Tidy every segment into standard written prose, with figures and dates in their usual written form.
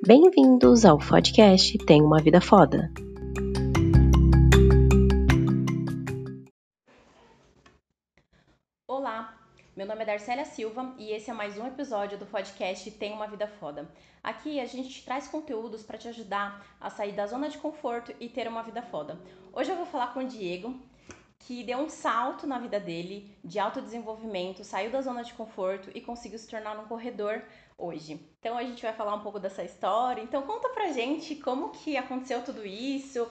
Bem-vindos ao podcast Tem uma Vida Foda. Olá, meu nome é Darcélia Silva e esse é mais um episódio do podcast Tem uma Vida Foda. Aqui a gente traz conteúdos para te ajudar a sair da zona de conforto e ter uma vida foda. Hoje eu vou falar com o Diego, que deu um salto na vida dele de autodesenvolvimento, saiu da zona de conforto e conseguiu se tornar um corredor hoje. Então a gente vai falar um pouco dessa história. Então conta pra gente como que aconteceu tudo isso,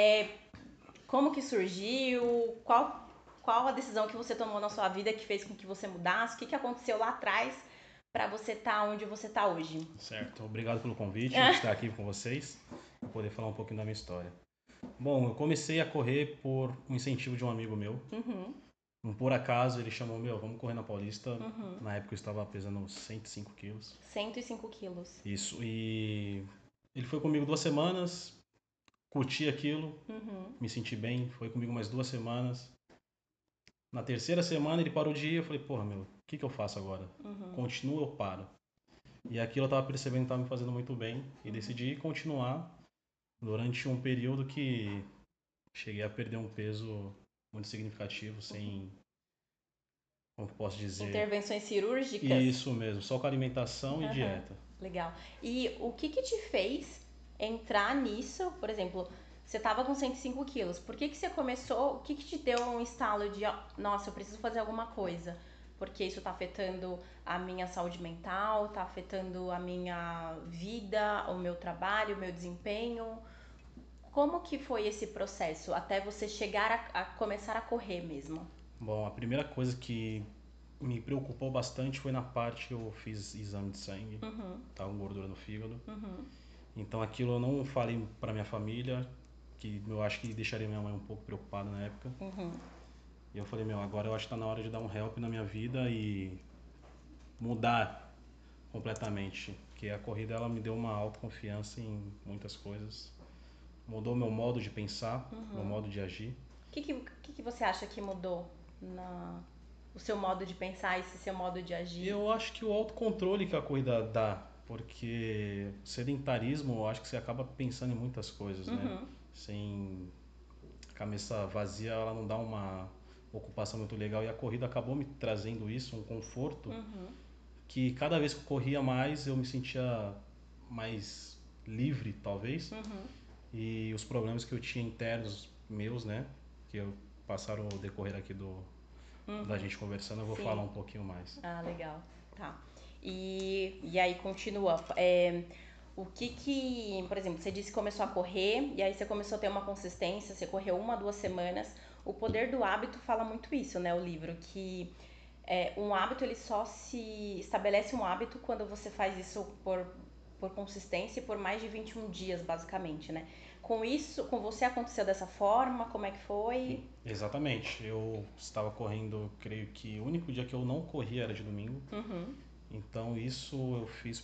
como que surgiu, qual a decisão que você tomou na sua vida que fez com que você mudasse, o que aconteceu lá atrás para você estar onde você está hoje. Certo, obrigado pelo convite de estar aqui com vocês e poder falar um pouquinho da minha história. Bom, eu comecei a correr por um incentivo de um amigo meu. Por acaso ele chamou, vamos correr na Paulista. Na época eu estava pesando 105 quilos. 105 quilos. Isso, e ele foi comigo 2 semanas, curti aquilo, me senti bem, foi comigo mais 2 semanas. Na terceira semana ele parou de ir, eu falei, o que eu faço agora? Continuo ou paro? E aquilo eu estava percebendo que estava me fazendo muito bem e decidi continuar durante um período que cheguei a perder um peso muito significativo, sem, como posso dizer... Intervenções cirúrgicas? Isso mesmo, só com alimentação e dieta. Legal. E o que te fez entrar nisso? Por exemplo, você estava com 105 quilos. Por que você começou? O que te deu um estalo de, nossa, eu preciso fazer alguma coisa? Porque isso está afetando a minha saúde mental, está afetando a minha vida, o meu trabalho, o meu desempenho. Como que foi esse processo até você chegar a começar a correr mesmo? Bom, a primeira coisa que me preocupou bastante foi na parte que eu fiz exame de sangue, tava com gordura no fígado. Então aquilo eu não falei pra minha família, que eu acho que deixaria minha mãe um pouco preocupada na época. E eu falei, agora eu acho que tá na hora de dar um help na minha vida e mudar completamente. Porque a corrida ela me deu uma autoconfiança em muitas coisas. Mudou meu modo de pensar, meu modo de agir. O que você acha que mudou o seu modo de pensar e esse seu modo de agir? Eu acho que o autocontrole que a corrida dá, porque sedentarismo, eu acho que você acaba pensando em muitas coisas, né? Sem cabeça vazia, ela não dá uma ocupação muito legal e a corrida acabou me trazendo isso, um conforto, que cada vez que eu corria mais, eu me sentia mais livre, talvez. E os problemas que eu tinha internos meus, né, que eu passaram o decorrer aqui da gente conversando, eu vou falar um pouquinho mais. Ah, legal. Tá. E aí continua. Por exemplo, você disse que começou a correr e aí você começou a ter uma consistência, você correu 1, 2 semanas. O Poder do Hábito fala muito isso, né, o livro, que um hábito, ele só se estabelece um hábito quando você faz isso por consistência e por mais de 21 dias, basicamente, né? Com você aconteceu dessa forma? Como é que foi? Exatamente. Eu estava correndo, creio que o único dia que eu não corria era de domingo. Então isso eu fiz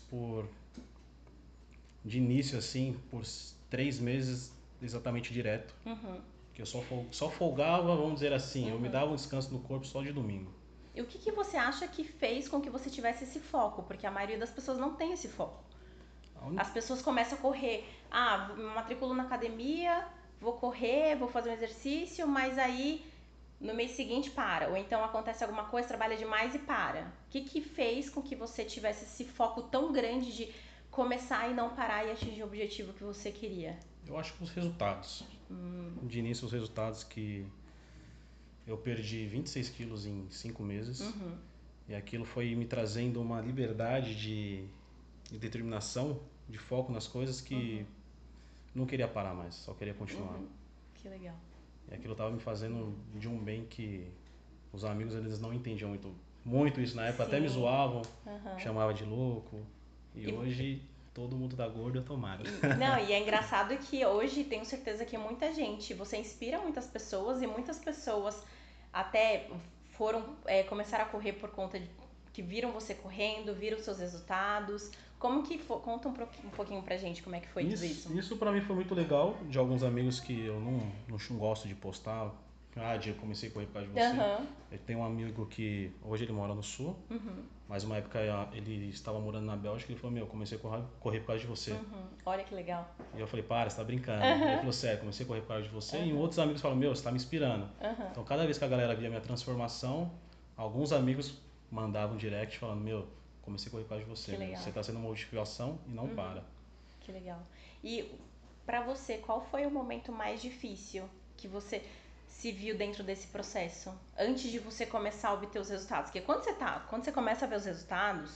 de início assim, por 3 meses exatamente direto. Que eu só folgava, vamos dizer assim, eu me dava um descanso no corpo só de domingo. E o que você acha que fez com que você tivesse esse foco? Porque a maioria das pessoas não tem esse foco. As pessoas começam a correr. Ah, me matriculo na academia, vou correr, vou fazer um exercício, mas aí no mês seguinte para. Ou então acontece alguma coisa, trabalha demais e para. O que fez com que você tivesse esse foco tão grande de começar e não parar e atingir o objetivo que você queria? Eu acho que os resultados. De início, os resultados que eu perdi 26 quilos em 5 meses. E aquilo foi me trazendo uma liberdade de determinação, de foco nas coisas que não queria parar mais, só queria continuar. Que legal. E aquilo estava me fazendo de um bem que os amigos eles não entendiam muito isso na época, até me zoavam, chamavam de louco. E hoje todo mundo tá gordo, eu tô magro. Não, e é engraçado que hoje tenho certeza que muita gente, você inspira muitas pessoas e muitas pessoas até começaram a correr por conta de que viram você correndo, viram seus resultados. Como que foi? Conta um pouquinho pra gente como é que foi tudo isso. Isso pra mim foi muito legal, de alguns amigos que eu não gosto de postar Ah, Diego, comecei a correr por causa de você. Eu tenho um amigo que hoje ele mora no sul, mas uma época ele estava morando na Bélgica e ele falou, comecei a correr por causa de você. Olha que legal. E eu falei, para, você tá brincando. Ele falou, sério, comecei a correr por causa de você. E outros amigos falaram, você tá me inspirando. Então cada vez que a galera via minha transformação, alguns amigos mandavam direct falando, comecei a correr por causa de você. Você tá sendo uma motivação e não para. Que legal. E pra você, qual foi o momento mais difícil que você se viu dentro desse processo? Antes de você começar a obter os resultados? Porque quando você começa a ver os resultados,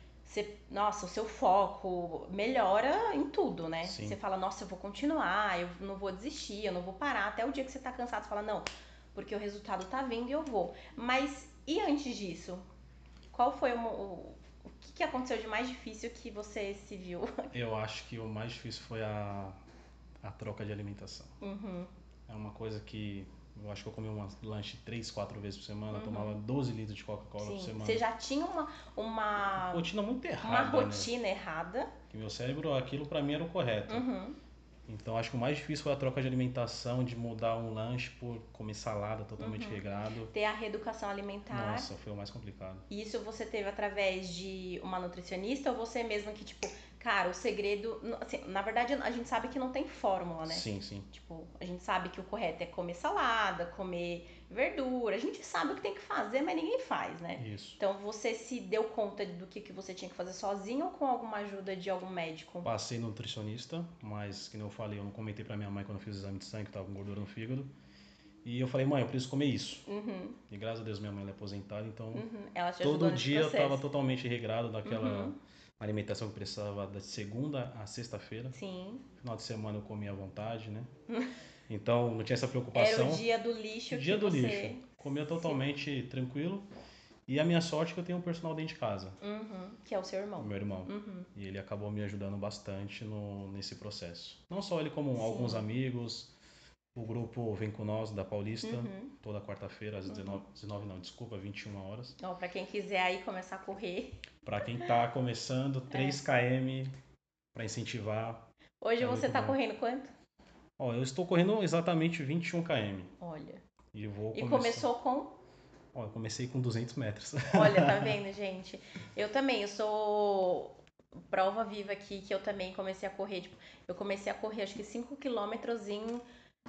nossa, o seu foco melhora em tudo, né? Sim. Você fala, nossa, eu vou continuar, eu não vou desistir, eu não vou parar. Até o dia que você tá cansado, você fala, não, porque o resultado tá vindo e eu vou. Mas e antes disso? Qual foi o que aconteceu de mais difícil que você se viu? Eu acho que o mais difícil foi a troca de alimentação. É uma coisa que eu acho que eu comi um lanche 3, 4 vezes por semana, tomava 12 litros de Coca-Cola por semana. Você já tinha uma rotina muito errada. Uma rotina errada. Que meu cérebro, aquilo pra mim era o correto. Então acho que o mais difícil foi a troca de alimentação, de mudar um lanche por comer salada totalmente regrado. Ter a reeducação alimentar. Nossa, foi o mais complicado. E isso você teve através de uma nutricionista ou você mesmo que, tipo, cara, o segredo... Assim, na verdade, a gente sabe que não tem fórmula, né? Sim, sim. Tipo, a gente sabe que o correto é comer salada, comer verdura. A gente sabe o que tem que fazer, mas ninguém faz, né? Isso. Então, você se deu conta do que você tinha que fazer sozinho ou com alguma ajuda de algum médico? Passei no nutricionista, mas, como eu falei, eu não comentei pra minha mãe quando eu fiz o exame de sangue que tava com gordura no fígado. E eu falei, mãe, eu preciso comer isso. E graças a Deus minha mãe é aposentada, então Ela te todo nesse dia eu processo. tava totalmente regrado daquela alimentação que precisava da segunda a sexta-feira. Sim. Final de semana eu comia à vontade, né? Então não tinha essa preocupação. Era o dia do lixo. O dia do lixo. Comia totalmente tranquilo. E a minha sorte é que eu tenho um personal dentro de casa. Que é o seu irmão. O meu irmão. E ele acabou me ajudando bastante nesse processo. Não só ele, como alguns amigos. O grupo Vem Com Nós, da Paulista, toda quarta-feira, às 21 horas. Ó, pra quem quiser aí começar a correr. Pra quem tá começando, 3 km pra incentivar. Hoje você tá correndo quanto? Ó, eu estou correndo exatamente 21 km. Olha. E começou com? Ó, eu comecei com 200 metros. Olha, tá vendo, gente? Eu também, eu sou prova viva aqui que eu também comecei a correr. Tipo, eu comecei a correr acho que 5 quilômetros em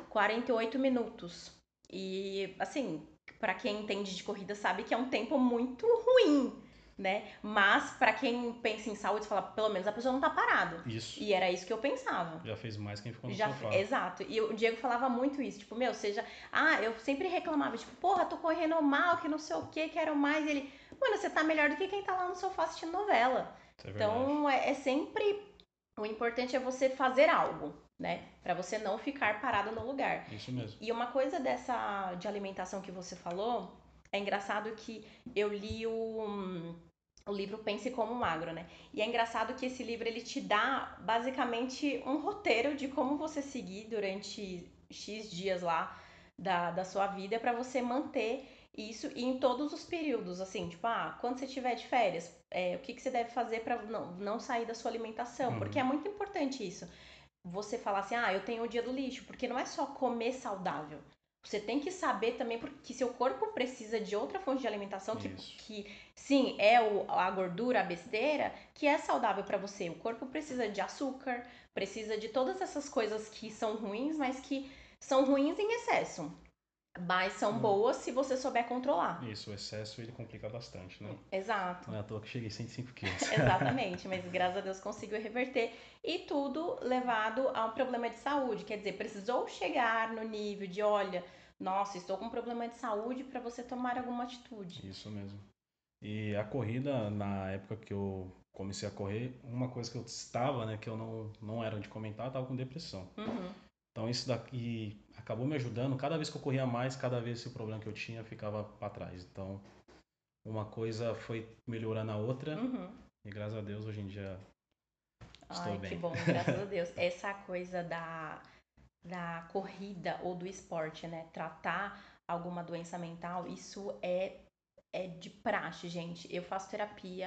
48 minutos. E, assim, pra quem entende de corrida sabe que é um tempo muito ruim, né? Mas pra quem pensa em saúde, fala, pelo menos a pessoa não tá parado. Isso. E era isso que eu pensava. Já fez mais quem ficou no sofá. Exato. E o Diego falava muito isso, tipo, seja... eu sempre reclamava, tipo, porra, tô correndo mal, que não sei o que, quero mais. E ele, mano, você tá melhor do que quem tá lá no sofá assistindo novela. Isso é então, é sempre... O importante é você fazer algo, né? Pra você não ficar parado no lugar. Isso mesmo. E uma coisa dessa de alimentação que você falou, é engraçado que eu li o livro Pense Como Magro, né? E é engraçado que esse livro, ele te dá basicamente um roteiro de como você seguir durante X dias lá da sua vida pra você manter isso e em todos os períodos, assim, tipo, quando você estiver de férias, o que você deve fazer pra não sair da sua alimentação, porque é muito importante isso. Você falar assim, eu tenho o dia do lixo, porque não é só comer saudável. Você tem que saber também que seu corpo precisa de outra fonte de alimentação que sim, é a gordura, a besteira, que é saudável pra você. O corpo precisa de açúcar, precisa de todas essas coisas que são ruins, mas que são ruins em excesso. Mas são boas se você souber controlar. Isso, o excesso ele complica bastante, né? Exato. Não é à toa que cheguei a 105 quilos. Exatamente, mas graças a Deus conseguiu reverter. E tudo levado a um problema de saúde. Quer dizer, precisou chegar no nível de, olha, nossa, estou com um problema de saúde para você tomar alguma atitude. Isso mesmo. E a corrida, na época que eu comecei a correr, uma coisa que eu estava, né, que eu não era de comentar, eu estava com depressão. Então isso daqui acabou me ajudando. Cada vez que eu corria mais, cada vez esse problema que eu tinha ficava para trás. Então uma coisa foi melhorando a outra. E graças a Deus hoje em dia estou bem. Que bom, graças a Deus. Essa coisa da corrida ou do esporte, né? Tratar alguma doença mental, isso é de praxe, gente. Eu faço terapia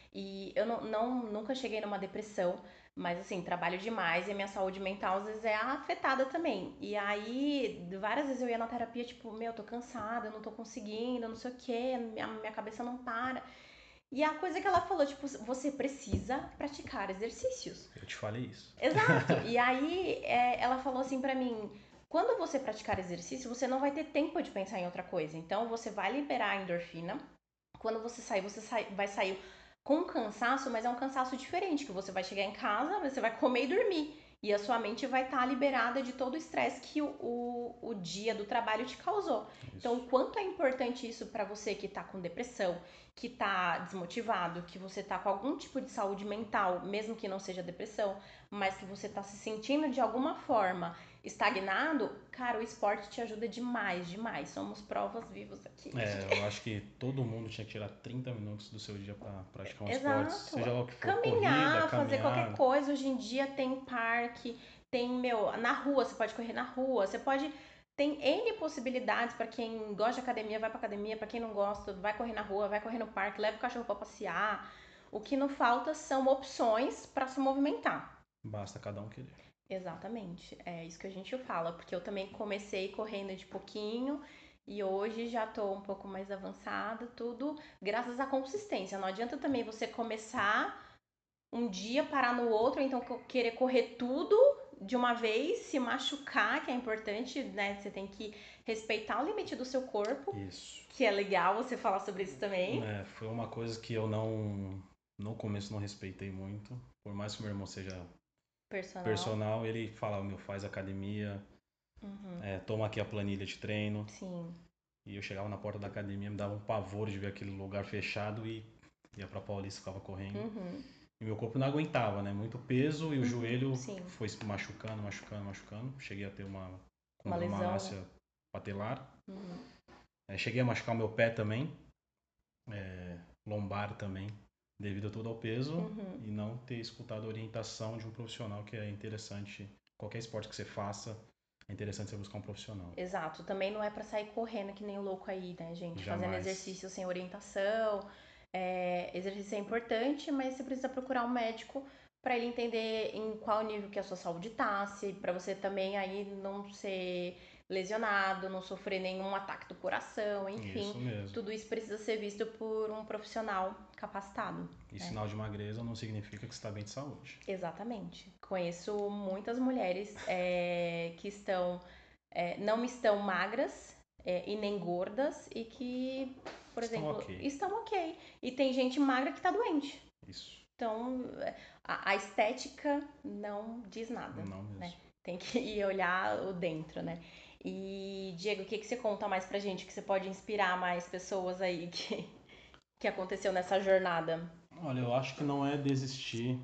E eu nunca cheguei numa depressão, mas assim, trabalho demais e a minha saúde mental às vezes é afetada também. E aí, várias vezes eu ia na terapia, tipo, meu, tô cansada, eu não tô conseguindo, não sei o quê, minha cabeça não para. E a coisa que ela falou, tipo, você precisa praticar exercícios. Eu te falei isso. Exato. E aí ela falou assim pra mim, quando você praticar exercício, você não vai ter tempo de pensar em outra coisa. Então você vai liberar a endorfina. Quando você vai sair com cansaço, mas é um cansaço diferente, que você vai chegar em casa, você vai comer e dormir. E a sua mente vai estar liberada de todo o estresse que o dia do trabalho te causou. Isso. Então, o quanto é importante isso para você que tá com depressão, que tá desmotivado, que você tá com algum tipo de saúde mental, mesmo que não seja depressão, mas que você tá se sentindo de alguma forma estagnado, cara, o esporte te ajuda demais, demais. Somos provas vivas aqui. Eu acho que todo mundo tinha que tirar 30 minutos do seu dia para praticar um esporte, Exato. seja lá o que for, corrida, Caminhar, fazer qualquer caminhar. coisa. Hoje em dia tem parque, tem, na rua, você pode correr na rua, você pode. Tem N possibilidades para quem gosta de academia, vai pra academia, para quem não gosta, vai correr na rua, vai correr no parque, leva o cachorro para passear. O que não falta são opções para se movimentar. Basta cada um querer. Exatamente, é isso que a gente fala, porque eu também comecei correndo de pouquinho e hoje já tô um pouco mais avançada, tudo graças à consistência. Não adianta também você começar um dia, parar no outro, então querer correr tudo de uma vez, se machucar, que é importante, né? Você tem que respeitar o limite do seu corpo, Isso. que é legal você falar sobre isso também. Foi uma coisa que eu não, no começo não respeitei muito, por mais que meu irmão seja personal, ele falava, meu, faz academia, toma aqui a planilha de treino. Sim. E eu chegava na porta da academia, me dava um pavor de ver aquele lugar fechado e ia pra Paulista, ficava correndo. E meu corpo não aguentava, né? Muito peso e o joelho Sim. foi se machucando, machucando, machucando. Cheguei a ter uma Uma lesão. condromalácia patelar. Cheguei a machucar o meu pé também, lombar também, devido a todo ao peso e não ter escutado a orientação de um profissional, que é interessante. Qualquer esporte que você faça, é interessante você buscar um profissional. Exato, também não é pra sair correndo que nem o louco aí, né, gente? Jamais. Fazendo exercício sem orientação. Exercício é importante, mas você precisa procurar um médico pra ele entender em qual nível que a sua saúde tá, se pra você também aí não ser lesionado, não sofrer nenhum ataque do coração, enfim. Isso mesmo. Tudo isso precisa ser visto por um profissional capacitado. E sinal de magreza não significa que você está bem de saúde. Exatamente. Conheço muitas mulheres que não estão magras e nem gordas e que, por exemplo, estão ok. E tem gente magra que tá doente. Isso. Então, a estética não diz nada. Não mesmo. Né? Tem que ir olhar o dentro, né? E, Diego, o que você conta mais pra gente que você pode inspirar mais pessoas aí que aconteceu nessa jornada? Olha, eu acho que não é desistir,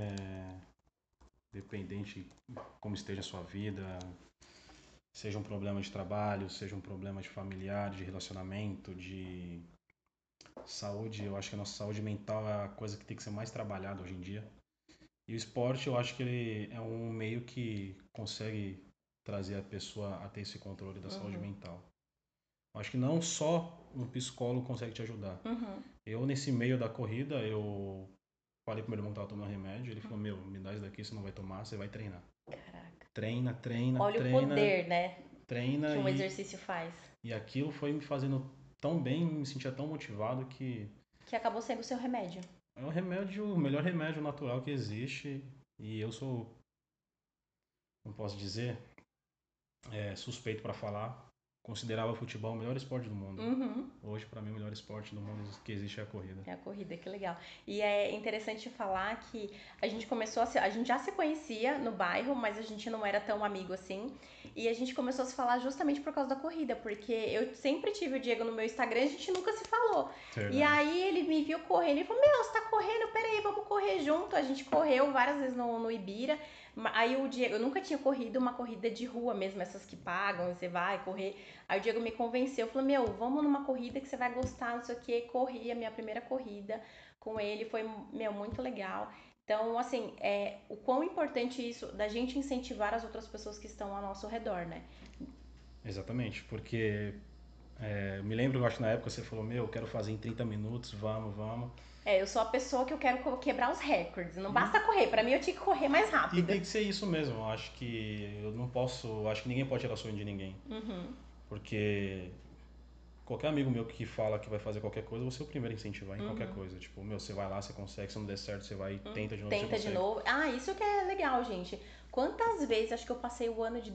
dependente como esteja a sua vida, seja um problema de trabalho, seja um problema de familiar, de relacionamento, de saúde. Eu acho que a nossa saúde mental é a coisa que tem que ser mais trabalhada hoje em dia. E o esporte, eu acho que ele é um meio que consegue trazer a pessoa a ter esse controle da saúde mental. Eu acho que não só um psicólogo consegue te ajudar. Eu, nesse meio da corrida, eu falei pro meu irmão que tava tomando remédio, ele falou, meu, me dá isso daqui, você não vai tomar, você vai treinar. Caraca. Treina. Olha o poder, né? Treina que um exercício faz. E aquilo foi me fazendo tão bem, me sentia tão motivado que... Que acabou sendo o seu remédio. É o melhor remédio natural que existe. E eu sou, não posso dizer, suspeito para falar. Considerava o futebol o melhor esporte do mundo. Hoje, para mim, o melhor esporte do mundo que existe é a corrida. É a corrida, que legal. E é interessante falar que a gente a gente já se conhecia no bairro, mas a gente não era tão amigo assim. E a gente começou a se falar justamente por causa da corrida, porque eu sempre tive o Diego no meu Instagram e a gente nunca se falou. Verdade. E aí ele me viu correndo e falou, meu, você tá correndo? Peraí, vamos correr junto. A gente correu várias vezes no Ibira. Aí o Diego, eu nunca tinha corrido uma corrida de rua mesmo, essas que pagam, você vai correr. Aí o Diego me convenceu, falou, meu, vamos numa corrida que você vai gostar, não sei o que. Corri a minha primeira corrida com ele, foi, meu, muito legal. Então, assim, o quão importante isso da gente incentivar as outras pessoas que estão ao nosso redor, né? Exatamente, porque Eu me lembro, eu acho que na época você falou, eu quero fazer em 30 minutos, vamos. Eu sou a pessoa que eu quero quebrar os recordes. Não basta correr, pra mim eu tinha que correr mais E rápido. tem que ser isso mesmo. Eu acho que eu não posso, acho que ninguém pode tirar sonho de ninguém. Porque qualquer amigo meu que fala que vai fazer qualquer coisa, eu vou ser o primeiro a incentivar em qualquer coisa. Tipo, você vai lá, você consegue, se não der certo, você vai e tenta de novo, Tenta de novo. Isso que é legal, gente. Quantas vezes, acho que eu passei o ano de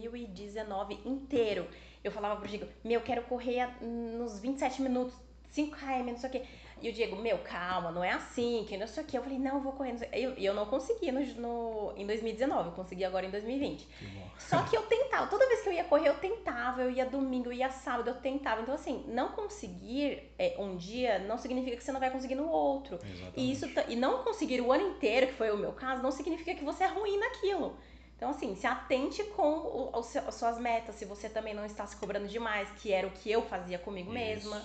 2019 inteiro, eu falava pro Diego, quero correr nos 27 minutos, 5 km, não sei o quê. E o Diego, calma, não é assim, que não sei o quê. Eu falei, não, eu vou correr. Não sei. E eu não consegui em 2019, eu consegui agora em 2020. Que bom. Só que eu tentava, toda vez que eu ia correr, eu tentava, eu ia domingo, eu ia sábado, eu tentava. Então, assim, não conseguir um dia não significa que você não vai conseguir no outro. Exatamente. E não conseguir o ano inteiro, que foi o meu caso, não significa que você é ruim naquilo. Então, assim, se atente com as suas metas, se você também não está se cobrando demais, que era o que eu fazia comigo mesma.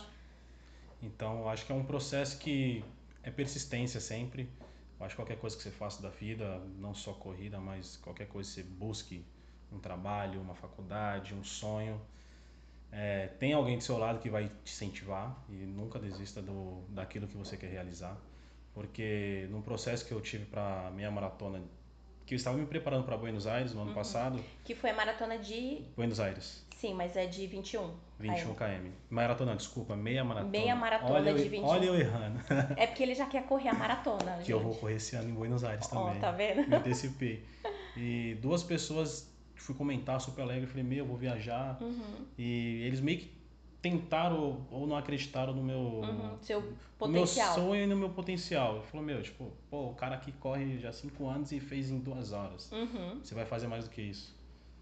Então, eu acho que é um processo que é persistência sempre. Eu acho que qualquer coisa que você faça da vida, não só corrida, mas qualquer coisa que você busque, um trabalho, uma faculdade, um sonho, tem alguém do seu lado que vai te incentivar e nunca desista daquilo que você quer realizar. Porque no processo que eu tive para meia maratona, que eu estava me preparando para Buenos Aires no ano passado. Que foi a maratona de... Buenos Aires. Sim, mas é de 21. 21 km. Maratona, desculpa, meia maratona. Meia maratona de 21. Olha eu errando. É porque ele já quer correr a maratona, gente. Que eu vou correr esse ano em Buenos Aires também. Tá vendo? Me antecipei. E duas pessoas, fui comentar super alegre, falei, eu vou viajar. E eles meio que tentaram ou não acreditaram no meu, seu no meu potencial. sonho e no meu potencial. Ele falou, o cara aqui corre já 5 anos e fez em 2 horas. Você vai fazer mais do que isso.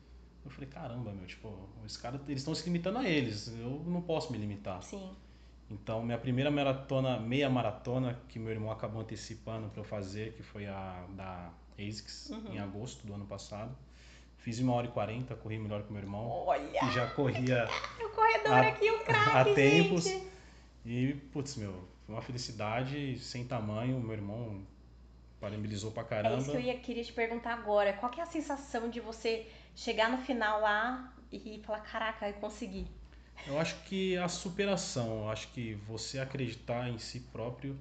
Eu falei, caramba, os caras, eles estão se limitando a eles, eu não posso me limitar. Sim. Então, minha primeira meia maratona, que meu irmão acabou antecipando para eu fazer, que foi a da ASICS, em agosto do ano passado. Fiz 1h40, corri melhor que meu irmão. Olha! Que já corria O corredor aqui, o craque, há tempos. gente. E, foi uma felicidade sem tamanho. Meu irmão parabenizou pra caramba. É isso que eu queria te perguntar agora. Qual que é a sensação de você chegar no final lá e falar, caraca, eu consegui? Eu acho que a superação, eu acho que você acreditar em si próprio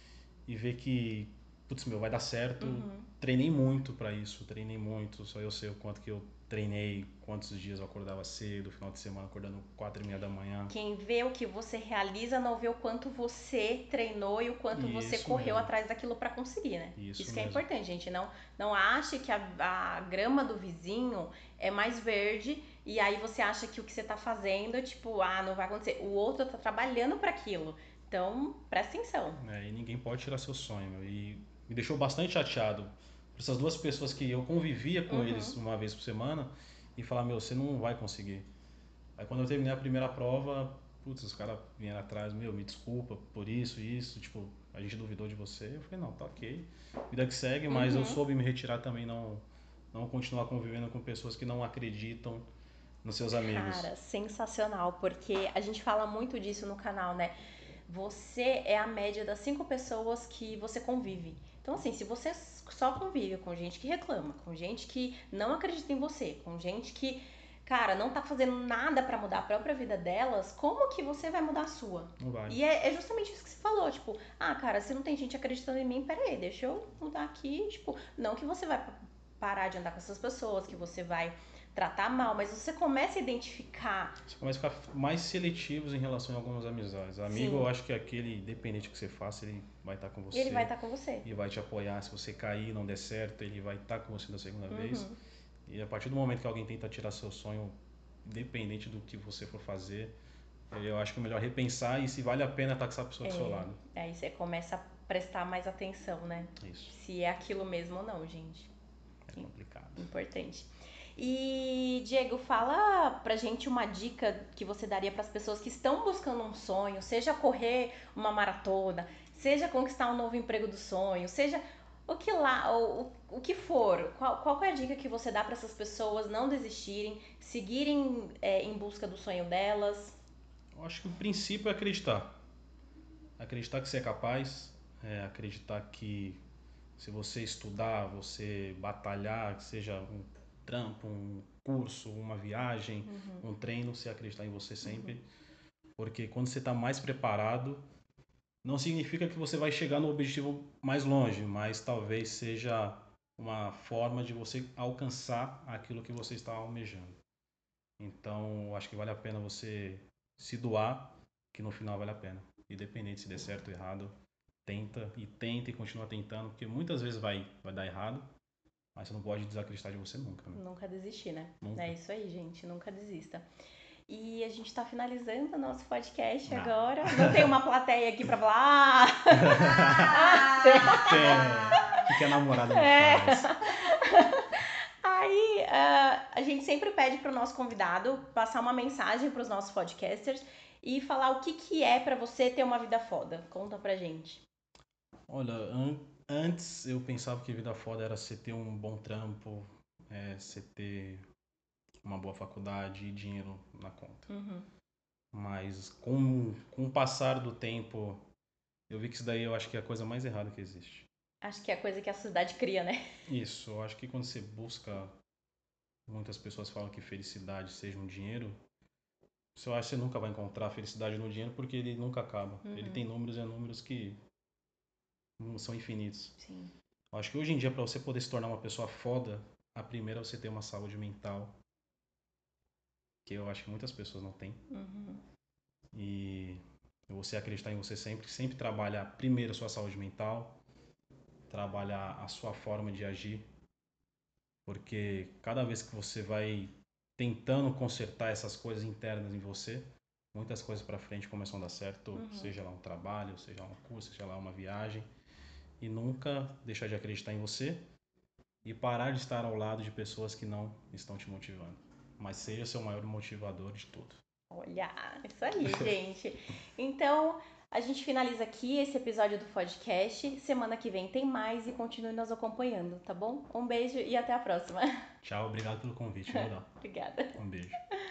e ver que, vai dar certo. Treinei muito pra isso, treinei muito, só eu sei o quanto que eu treinei, quantos dias eu acordava cedo, final de semana acordando 4h30 da manhã. Quem vê o que você realiza não vê o quanto você treinou e o quanto você correu atrás daquilo pra conseguir, né? Isso que é importante, gente. Não ache que a grama do vizinho é mais verde e aí você acha que o que você tá fazendo, não vai acontecer. O outro tá trabalhando pra aquilo. Então, presta atenção. E ninguém pode tirar seu sonho. E me deixou bastante chateado por essas duas pessoas que eu convivia com eles uma vez por semana e falar, você não vai conseguir. Aí quando eu terminei a primeira prova, os caras vieram atrás, me desculpa por isso, a gente duvidou de você. Eu falei, não, tá ok, vida que segue, mas eu soube me retirar também, não continuar convivendo com pessoas que não acreditam nos seus amigos. Cara, sensacional, porque a gente fala muito disso no canal, né? Você é a média das 5 pessoas que você convive. Então, assim, se você só convive com gente que reclama, com gente que não acredita em você, com gente que, cara, não tá fazendo nada pra mudar a própria vida delas, como que você vai mudar a sua? Não vai. E é justamente isso que você falou, cara, se não tem gente acreditando em mim, peraí, deixa eu mudar aqui, não que você vai parar de andar com essas pessoas, que você vai tratar mal, mas você começa a identificar. Você começa a ficar mais seletivos em relação a algumas amizades. Amigo, eu acho que aquele, independente do que você faça, ele vai estar com você. Ele vai estar com você. E vai te apoiar. Se você cair e não der certo, ele vai estar com você da segunda vez. E a partir do momento que alguém tenta tirar seu sonho, independente do que você for fazer, eu acho que é melhor repensar e se vale a pena estar com essa pessoa do seu lado. Aí você começa a prestar mais atenção, né? Isso. Se é aquilo mesmo ou não, gente. É complicado. Importante. E, Diego, fala pra gente uma dica que você daria para as pessoas que estão buscando um sonho, seja correr uma maratona, seja conquistar um novo emprego do sonho, seja o que for. Qual é a dica que você dá para essas pessoas não desistirem, seguirem em busca do sonho delas? Eu acho que o princípio é acreditar. Acreditar que você é capaz, acreditar que se você estudar, você batalhar, que seja um trampo, um curso, uma viagem, um treino, você acreditar em você sempre. Porque quando você está mais preparado, não significa que você vai chegar no objetivo mais longe, mas talvez seja uma forma de você alcançar aquilo que você está almejando. Então, eu acho que vale a pena você se doar, que no final vale a pena. Independente se der certo ou errado, tenta e continua tentando, porque muitas vezes vai dar errado, mas você não pode desacreditar de você nunca. Né? Nunca desistir, né? Nunca. É isso aí, gente. Nunca desista. E a gente tá finalizando o nosso podcast agora. Não tem uma plateia aqui pra falar. O que a namorada não faz? Aí a gente sempre pede pro nosso convidado passar uma mensagem pros nossos podcasters e falar o que é pra você ter uma vida foda. Conta pra gente. Olha, antes eu pensava que vida foda era você ter um bom trampo, você ter uma boa faculdade e dinheiro na conta. Mas com o passar do tempo, eu vi que isso daí eu acho que é a coisa mais errada que existe. Acho que é a coisa que a sociedade cria, né? Isso, eu acho que quando você busca, muitas pessoas falam que felicidade seja um dinheiro, eu acho que você nunca vai encontrar felicidade no dinheiro porque ele nunca acaba. Ele tem números e números que não são infinitos. Sim. Eu acho que hoje em dia, para você poder se tornar uma pessoa foda, a primeira é você ter uma saúde mental, que eu acho que muitas pessoas não têm. E você acreditar em você sempre trabalhar primeiro a sua saúde mental, trabalhar a sua forma de agir, porque cada vez que você vai tentando consertar essas coisas internas em você, muitas coisas para frente começam a dar certo, seja lá um trabalho, seja lá um curso, seja lá uma viagem, e nunca deixar de acreditar em você e parar de estar ao lado de pessoas que não estão te motivando, mas seja seu maior motivador de tudo. Olha, isso aí, gente. Então, a gente finaliza aqui esse episódio do podcast. Semana que vem tem mais e continue nos acompanhando, tá bom? Um beijo e até a próxima. Tchau, obrigado pelo convite, viu, Dó? Obrigada. Um beijo.